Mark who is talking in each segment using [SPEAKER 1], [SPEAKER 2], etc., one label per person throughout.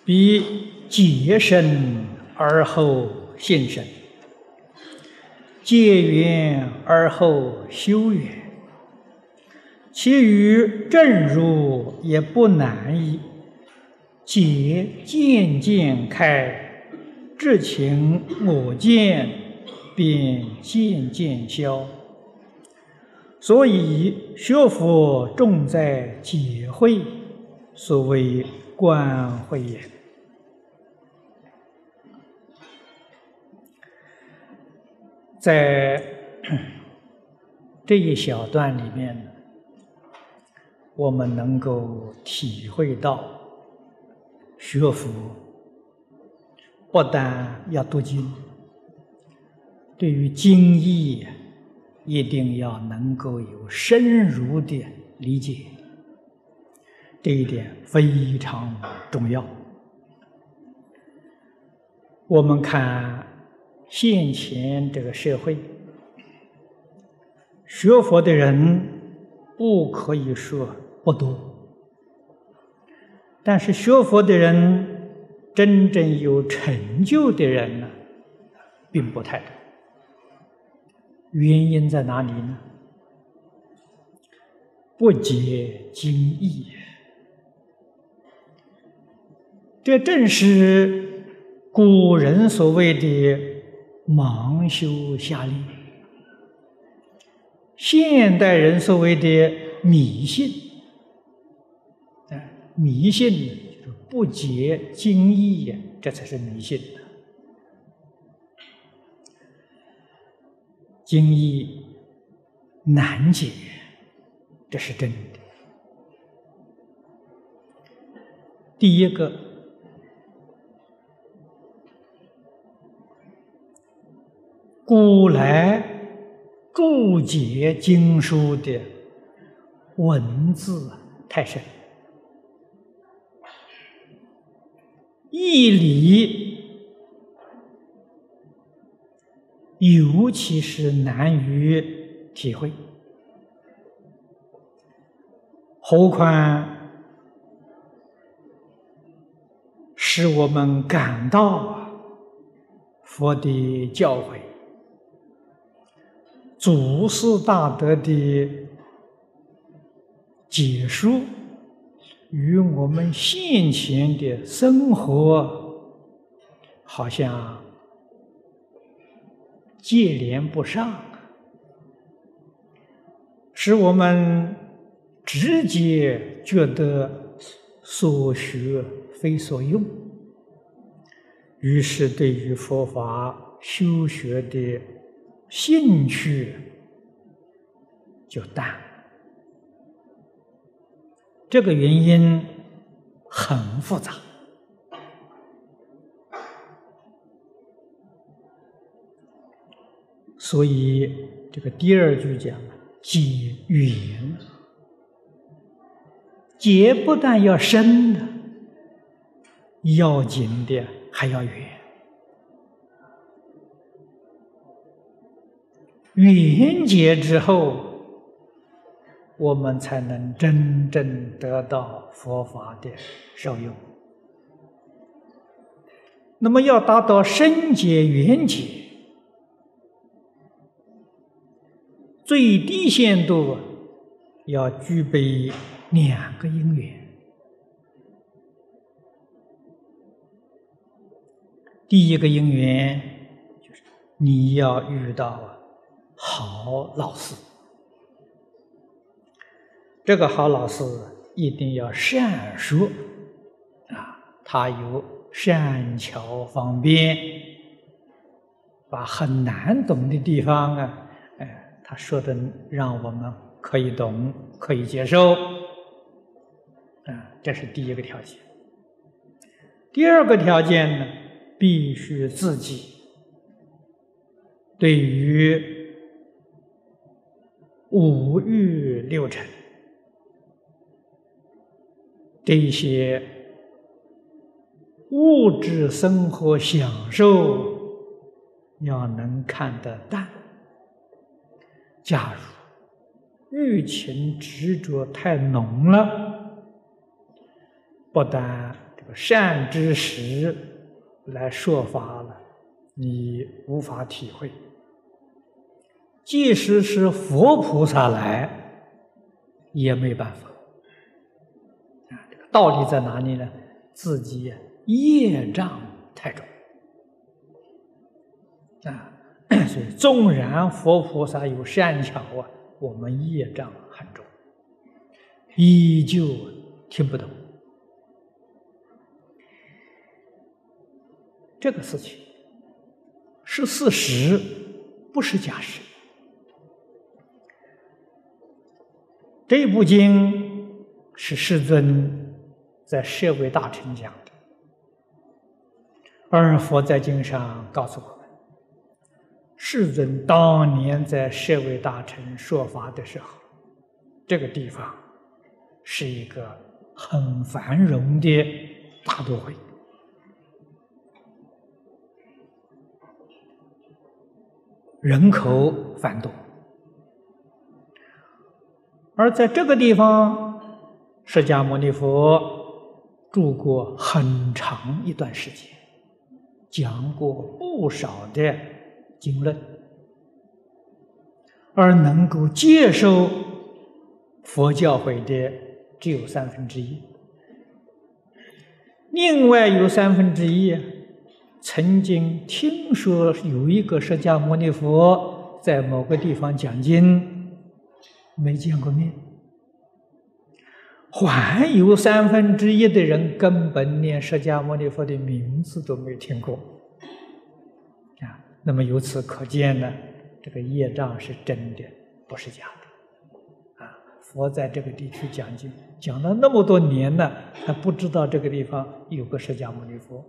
[SPEAKER 1] 必结身而后信身，结缘而后修缘。其余正如也不难矣。结渐渐开，知情我见便渐渐消。所以学佛重在解慧，所谓观慧也。在这一小段里面，我们能够体会到，学佛不但要读经，对于经义一定要能够有深入的理解，这一点非常重要。我们看现前这个社会，学佛的人不可以说不多，但是学佛的人真正有成就的人呢，并不太多。原因在哪里呢？不解经义，这正是古人所谓的盲修瞎练，现代人所谓的迷信。迷信就是不解经义，这才是迷信。经义难解，这是真的。第一个，古来注解经书的文字太深，义理尤其是难于体会，何况使我们感到佛的教诲、祖师大德的解说与我们现前的生活好像接连不上，使我们直接觉得所学非所用，于是对于佛法修学的兴趣就淡了。这个原因很复杂，所以这个第二句讲结缘，结不但要深的，要紧的还要远。缘结之后，我们才能真正得到佛法的受用。那么要达到深解缘解，最低限度要具备2个因缘。第一个因缘就是你要遇到好老师，这个好老师一定要善说他有善巧方便，把很难懂的地方他说的让我们可以懂，可以接受这是第一个条件。第二个条件呢，必须自己对于5欲6尘这些物质生活享受要能看得淡。假如欲情执着太浓了，不但善知识来说法了，你无法体会。即使是佛菩萨来，也没办法。这个道理在哪里呢？自己业障太重所以纵然佛菩萨有善巧我们业障很重，依旧听不懂。这个事情是事实，不是假设。这部经是世尊在舍卫大乘讲的，而佛在经上告诉我们，世尊当年在舍卫大乘说法的时候，这个地方是一个很繁荣的大都会，人口繁多。而在这个地方，释迦牟尼佛住过很长一段时间，讲过不少的经论，而能够接受佛教诲的只有1/3，另外有1/3曾经听说有一个释迦牟尼佛在某个地方讲经，没见过面，还有1/3的人根本连释迦牟尼佛的名字都没听过那么由此可见呢，这个业障是真的，不是假的佛在这个地区讲经，讲了那么多年了，还不知道这个地方有个释迦牟尼佛。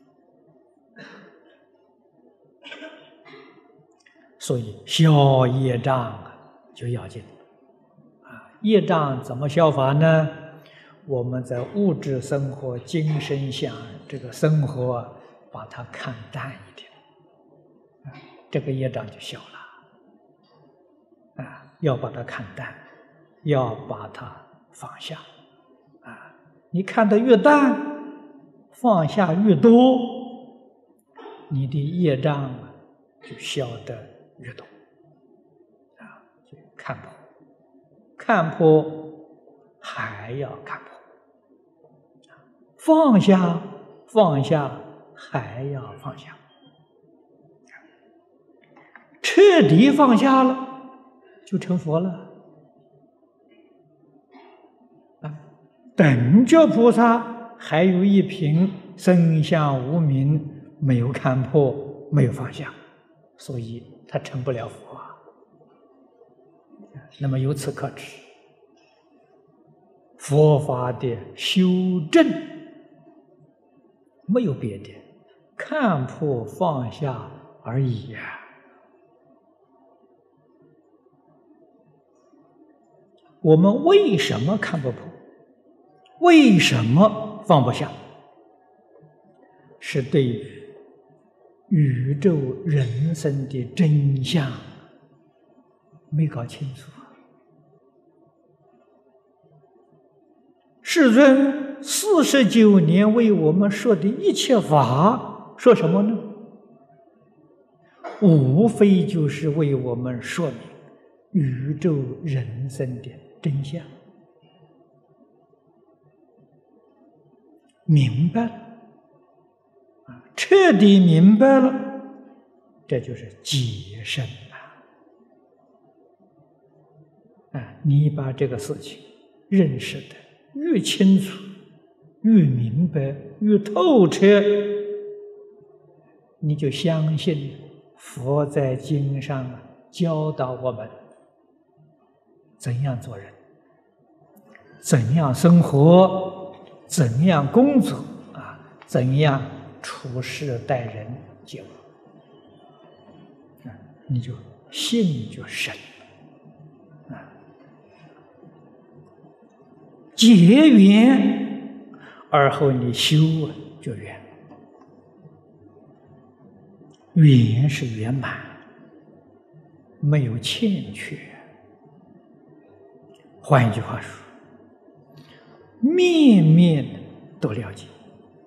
[SPEAKER 1] 所以消业障就要紧业障怎么消法呢？我们在物质生活、精神上这个生活把它看淡一点这个业障就小了要把它看淡，要把它放下你看得越淡，放下越多，你的业障就消得越多就看破，看破还要看破，放下放下还要放下，彻底放下了就成佛了等觉菩萨还有一瓶生相无明没有看破，没有放下，所以他成不了佛那么由此可知，佛法的修正没有别的，看破放下而已我们为什么看不破？为什么放不下？是对于宇宙人生的真相没搞清楚世尊49年为我们说的一切法，说什么呢？无非就是为我们说明宇宙人生的真相。明白了彻底明白了，这就是解深你把这个事情认识的越清楚，越明白，越透彻，你就相信佛在经上教导我们怎样做人，怎样生活，怎样工作怎样处事待人接物你就信就深结缘，而后你修就圆，圆是圆满，没有欠缺。换一句话说，面面都了解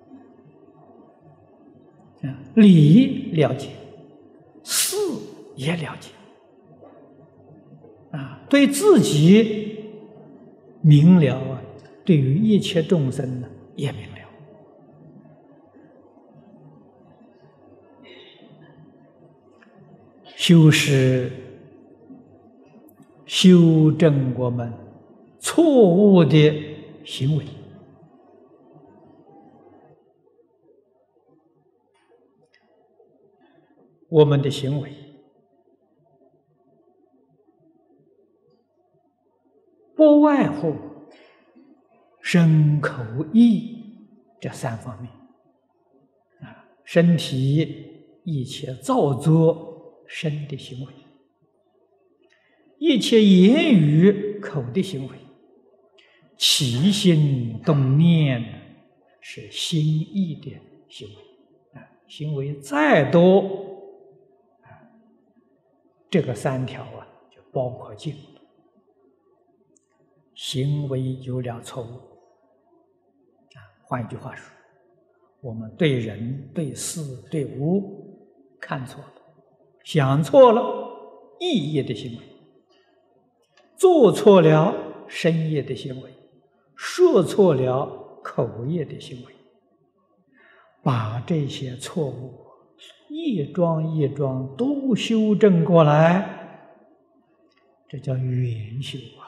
[SPEAKER 1] 理了解，事也了解，对自己明了对于一切众生呢也明了。修是修正我们错误的行为，我们的行为不外乎身口意这三方面，身体一切造作身的行为，一切言语口的行为，起心动念是心意的行为，行为再多，这个三条就包括进。行为有了错误，换一句话说，我们对人、对事、对物看错了，想错了意业的行为，做错了身业的行为，说错了口业的行为，把这些错误一桩一桩都修正过来，这叫圆修啊！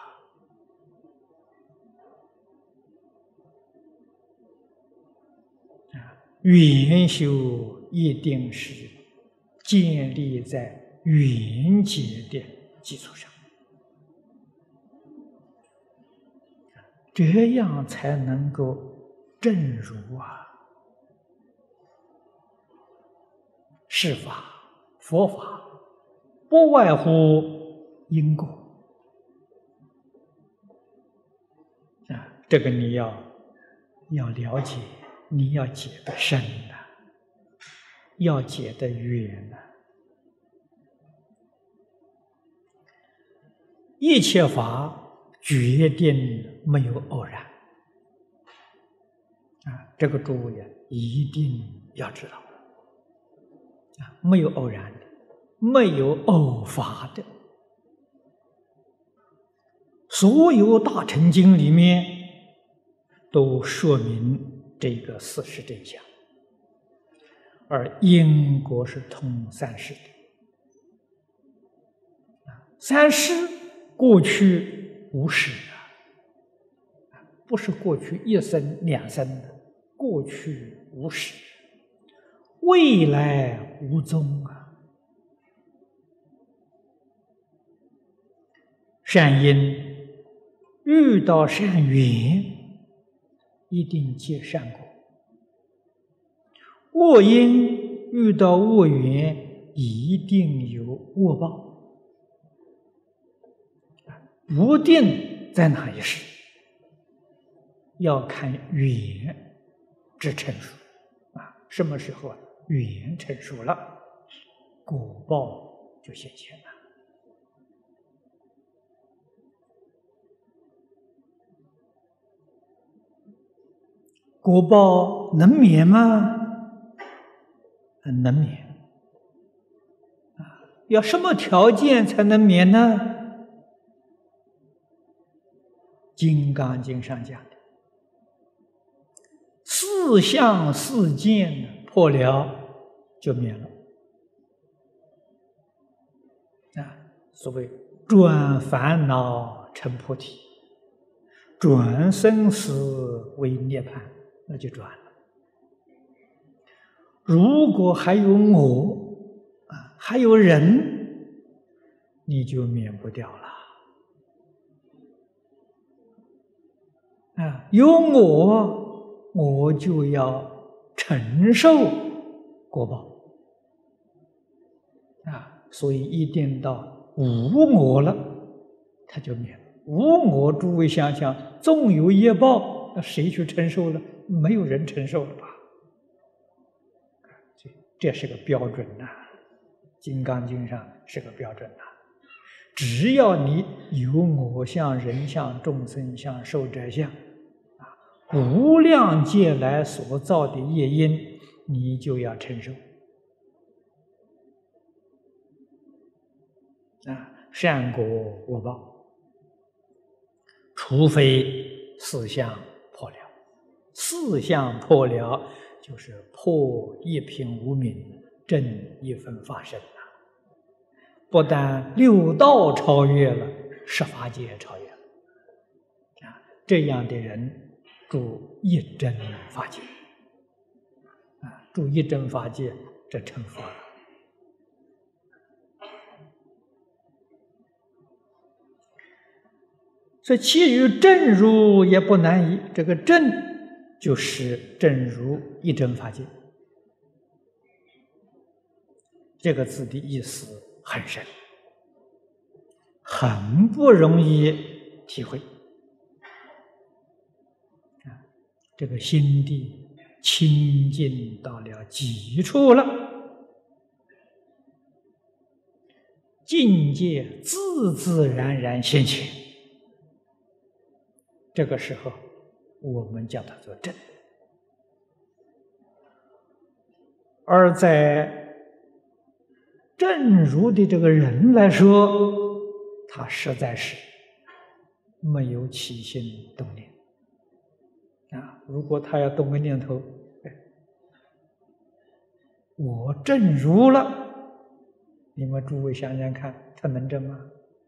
[SPEAKER 1] 圆修一定是建立在圆结的基础上，这样才能够正如是法佛法不外乎因果这个你要了解，你要解得深要解得远一切法决定没有偶然这个诸位一定要知道没有偶然的，没有偶法的。所有大乘经里面都说明这个事实真相，而因果是通三世的。三世过去无始不是过去一生两生的，过去无始，未来无踪善因遇到善缘，一定结善果；恶因遇到恶缘，一定有恶报。不定在哪一世，要看缘之成熟什么时候缘成熟了，果报就显现了。果报能免吗？能免要什么条件才能免呢？《金刚经》上讲的四相四见破了就免了所谓转烦恼成菩提，转生死为涅槃，那就转了。如果还有我还有人，你就免不掉了有我就要承受果报所以一定到无我了，他就免了。无我，诸位想想，纵有业报，那谁去承受了？没有人承受了吧？这是个标准《金刚经》上是个标准只要你有我相、人相、众生相、寿者相无量劫来所造的业因， 你就要承受善果恶报，除非四相破了。四相破了，就是破一品无明，正一分法身不但六道超越了，十法界超越了这样的人住一真法界住一真法界，这成佛了。所以其余正如也不难移，这个正就是正如一真法界，这个字的意思很深，很不容易体会这个心地清净到了极处了，境界自自然然现前，这个时候我们叫它做正。而在正如的这个人来说，他实在是没有起心动念如果他要动个念头，我正如了，你们诸位想想看，他能正吗？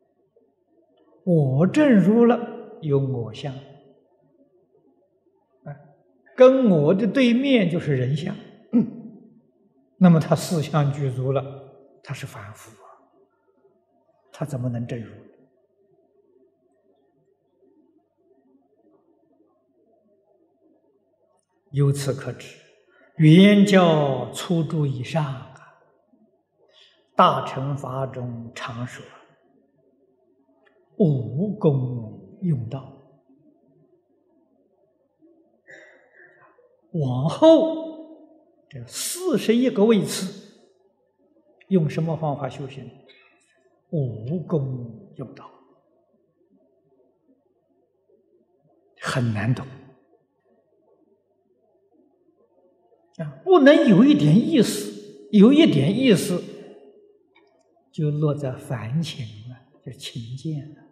[SPEAKER 1] 我正如了，有我相跟我的对面就是人相那么他四相具足了，他是凡夫他怎么能正如？由此可知，圆教初住以上大乘法中常说无功用道，往后这41个位次用什么方法修行？无功用道，很难懂不能有一点意思，有一点意思就落在凡情了，就情见了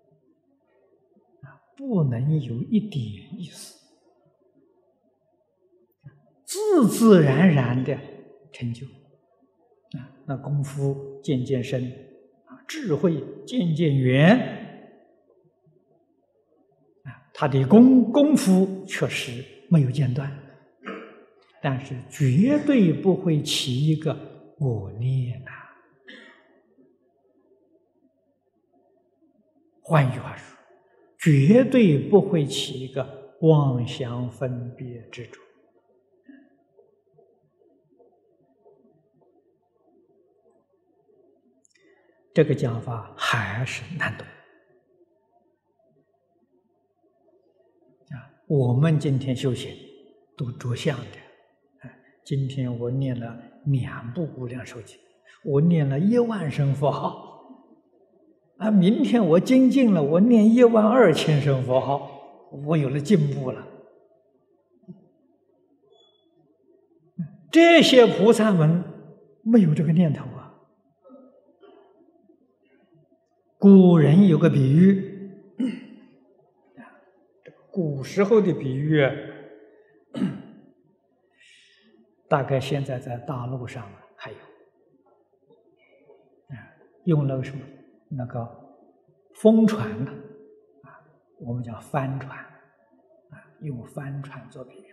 [SPEAKER 1] 不能有一点意思，自自然然的成就那功夫渐渐深智慧渐渐圆他的功夫确实没有间断，但是绝对不会起一个我念换句话说，绝对不会起一个妄想分别执着这个讲法还是难懂我们今天修行都着相的今天我念了2部无量寿经，我念了10000声佛号明天我精进了，我念12000声佛号，我有了进步了。这些菩萨们没有这个念头古人有个比喻古时候的比喻大概现在在大陆上还有用那个什么那个风船我们叫帆船用帆船做比喻。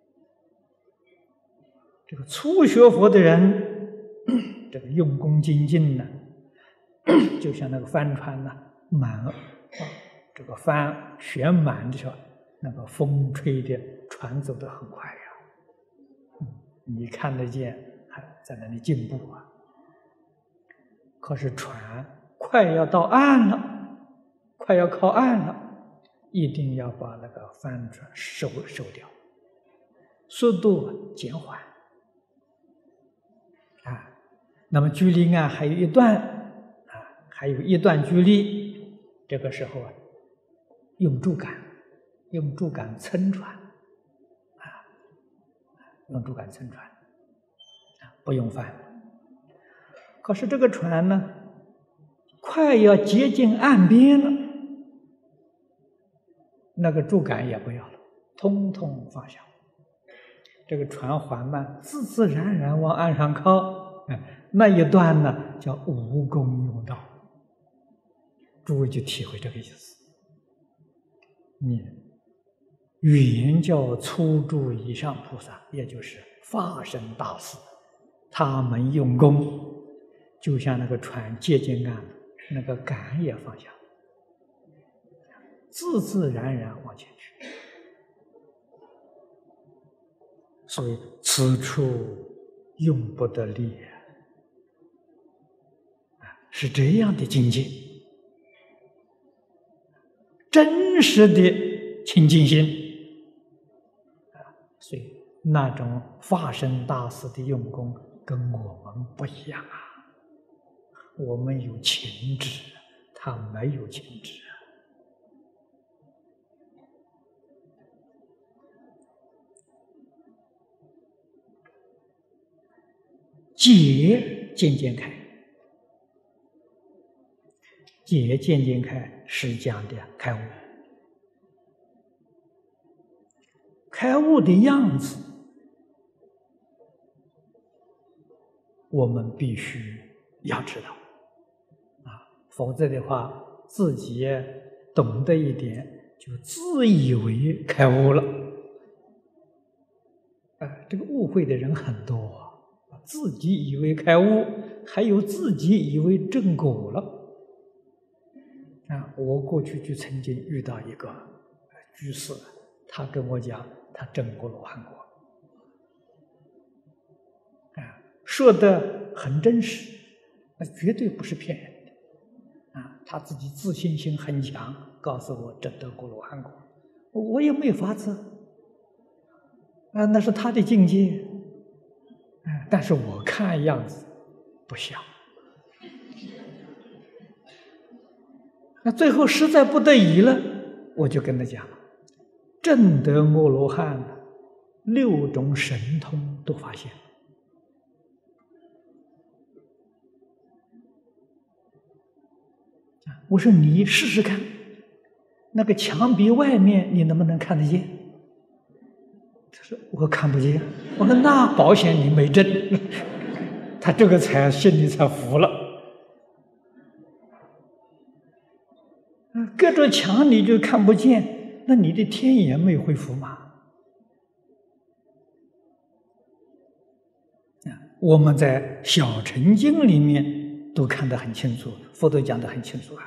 [SPEAKER 1] 这个初学佛的人这个用功精进呢就像那个帆船满这个帆旋满的时候，那个风吹的船走得很快你看得见还在那里进步可是船快要到岸了，快要靠岸了，一定要把那个帆船收掉，速度减缓那么距离岸还有一段距离，这个时候用竹竿撑船用竹竿撑船不用翻。可是这个船呢，快要接近岸边了，那个竹竿也不要了，通通放下。这个船缓慢、自自然然往岸上靠，那一段呢叫无功用道。诸位就体会这个意思。原教初住以上菩萨，也就是法身大士，他们用功，就像那个船接近岸，那个杆也放下，自自然然往前去。所以此处用不得力是这样的境界，真实的清净心所以那种法身大士的用功跟我们不一样我们有情执，他没有情执解渐渐开，解渐渐开是讲的开悟。开悟的样子，我们必须要知道否则的话，自己懂得一点，就自以为开悟了这个误会的人很多自己以为开悟，还有自己以为正果了我过去就曾经遇到一个居士，他跟我讲他证过罗汉果说得很真实，绝对不是骗人的他自己自信心很强，告诉我证得过罗汉果，我也没法子那是他的境界但是我看样子不像。那最后实在不得已了，我就跟他讲，证得阿罗汉6种神通都发现我说你试试看，那个墙壁外面你能不能看得见？他说我看不见。我说那保险你没证。他这个才心里才服了隔着墙你就看不见，那你的天眼没恢复吗？我们在小乘经里面都看得很清楚，佛都讲得很清楚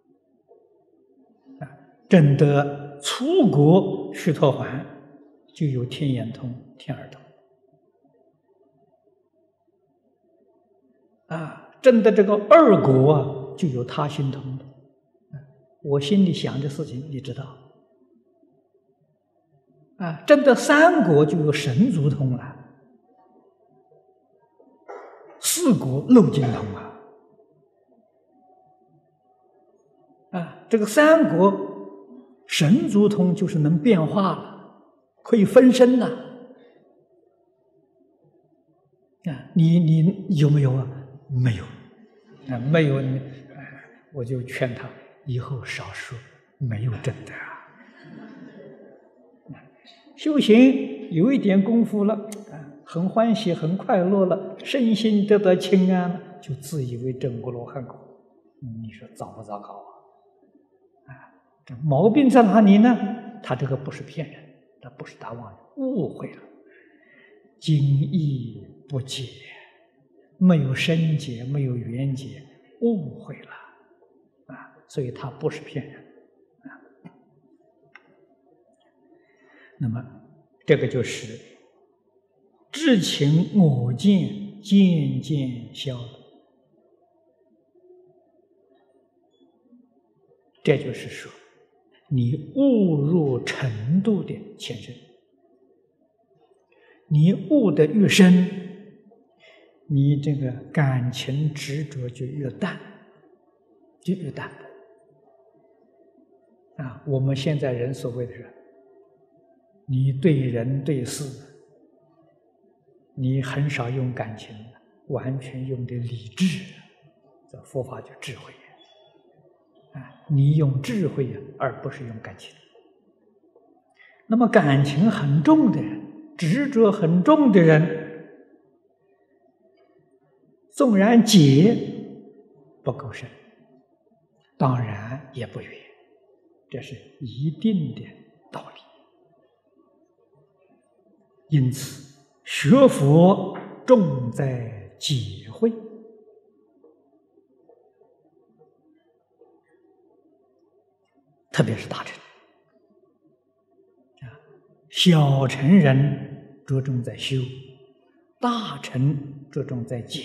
[SPEAKER 1] 证得初果须陀洹就有天眼通、天耳通证得这个2果就有他心通我心里想的事情你知道证得3果就有神足通了4果漏尽通这个3果神足通就是能变化了，可以分身了你有没有没有没有我就劝他以后少说，没有真的修行有一点功夫了很欢喜很快乐了，身心得到清安了，就自以为证过罗汉果你说糟不糟糕这毛病在哪里呢？他这个不是骗人，他不是大妄误会了，经义不解，没有深解，没有缘解，误会了所以他不是骗人那么这个就是知情我见渐渐消了，这就是说你悟入程度的前身，你悟得越深，你这个感情执着就越淡，就越淡我们现在人所谓的是，你对人对事你很少用感情，完全用的理智，这佛法叫智慧你用智慧而不是用感情。那么感情很重的人，执着很重的人，纵然解不够深，当然也不远，这是一定的道理。因此学佛重在解慧，特别是大乘。小乘人着重在修，大乘着重在解。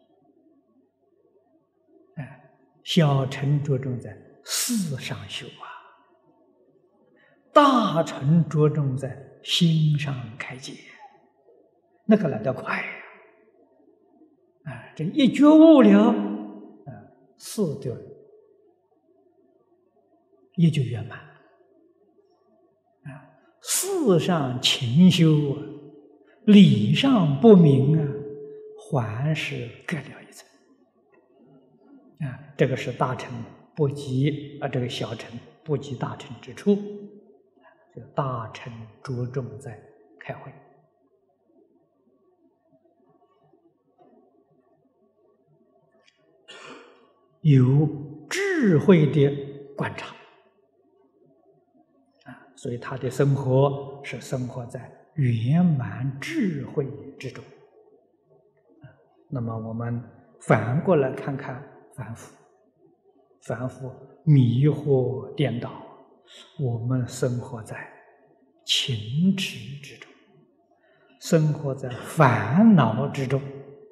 [SPEAKER 1] 小乘着重在事上修大乘着重在心上开解，那个来得快这一觉悟了事就圆满事上勤修理上不明还是各了一层这个是大乘不及这个小乘不及大乘之处。这个大乘着重在开慧，有智慧的观察所以他的生活是生活在圆满智慧之中那么我们反过来看看凡夫迷惑颠倒，我们生活在情执之中，生活在烦恼之中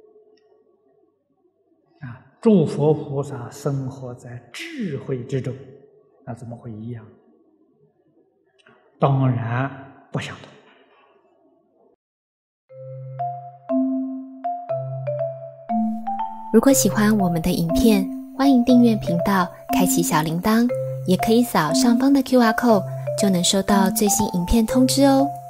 [SPEAKER 1] 诸佛菩萨生活在智慧之中，那怎么会一样？当然不相同。
[SPEAKER 2] 如果喜欢我们的影片，欢迎订阅频道，开启小铃铛，也可以扫上方的 QR code，就能收到最新影片通知哦。